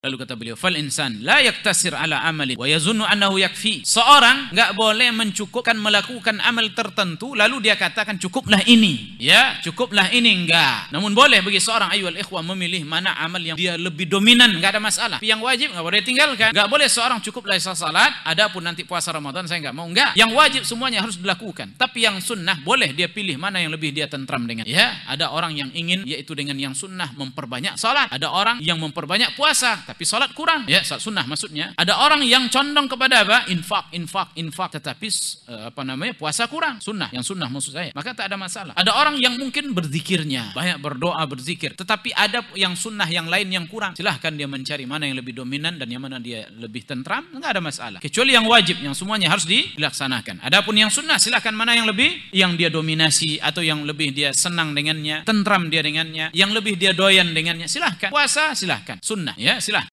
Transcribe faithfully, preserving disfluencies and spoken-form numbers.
Lalu kata beliau, fal insan la yaktasir ala amalin wa yazunnu annahu yakfi. Seorang enggak boleh mencukupkan melakukan amal tertentu lalu dia katakan cukuplah ini. Ya, cukuplah ini, enggak. Namun boleh bagi seorang ayyuhal ikhwah memilih mana amal yang dia lebih dominan, enggak ada masalah. Tapi yang wajib enggak boleh tinggalkan. Enggak boleh seorang cukuplah salat, adapun nanti puasa Ramadan saya enggak mau, enggak. Yang wajib semuanya harus dilakukan. Tapi yang sunnah boleh dia pilih mana yang lebih dia tentram dengan. Ya, ada orang yang ingin yaitu dengan yang sunnah memperbanyak salat. Ada orang yang memperbanyak puasa tapi salat kurang, ya salat sunnah maksudnya. Ada orang yang condong kepada apa? Infak, infak, infak, tetapi uh, apa namanya puasa kurang, sunnah, yang sunnah maksud saya. Maka tak ada masalah. Ada orang yang mungkin berzikirnya banyak, berdoa, berzikir, tetapi ada yang sunnah yang lain yang kurang. Silahkan dia mencari mana yang lebih dominan dan yang mana dia lebih tentram, enggak ada masalah. Kecuali yang wajib, yang semuanya harus dilaksanakan. Adapun yang sunnah, silahkan mana yang lebih, yang dia dominasi atau yang lebih dia senang dengannya, tentram dia dengannya, yang lebih dia doyan dengannya, silahkan. Puasa silahkan, sunnah, ya silahkan.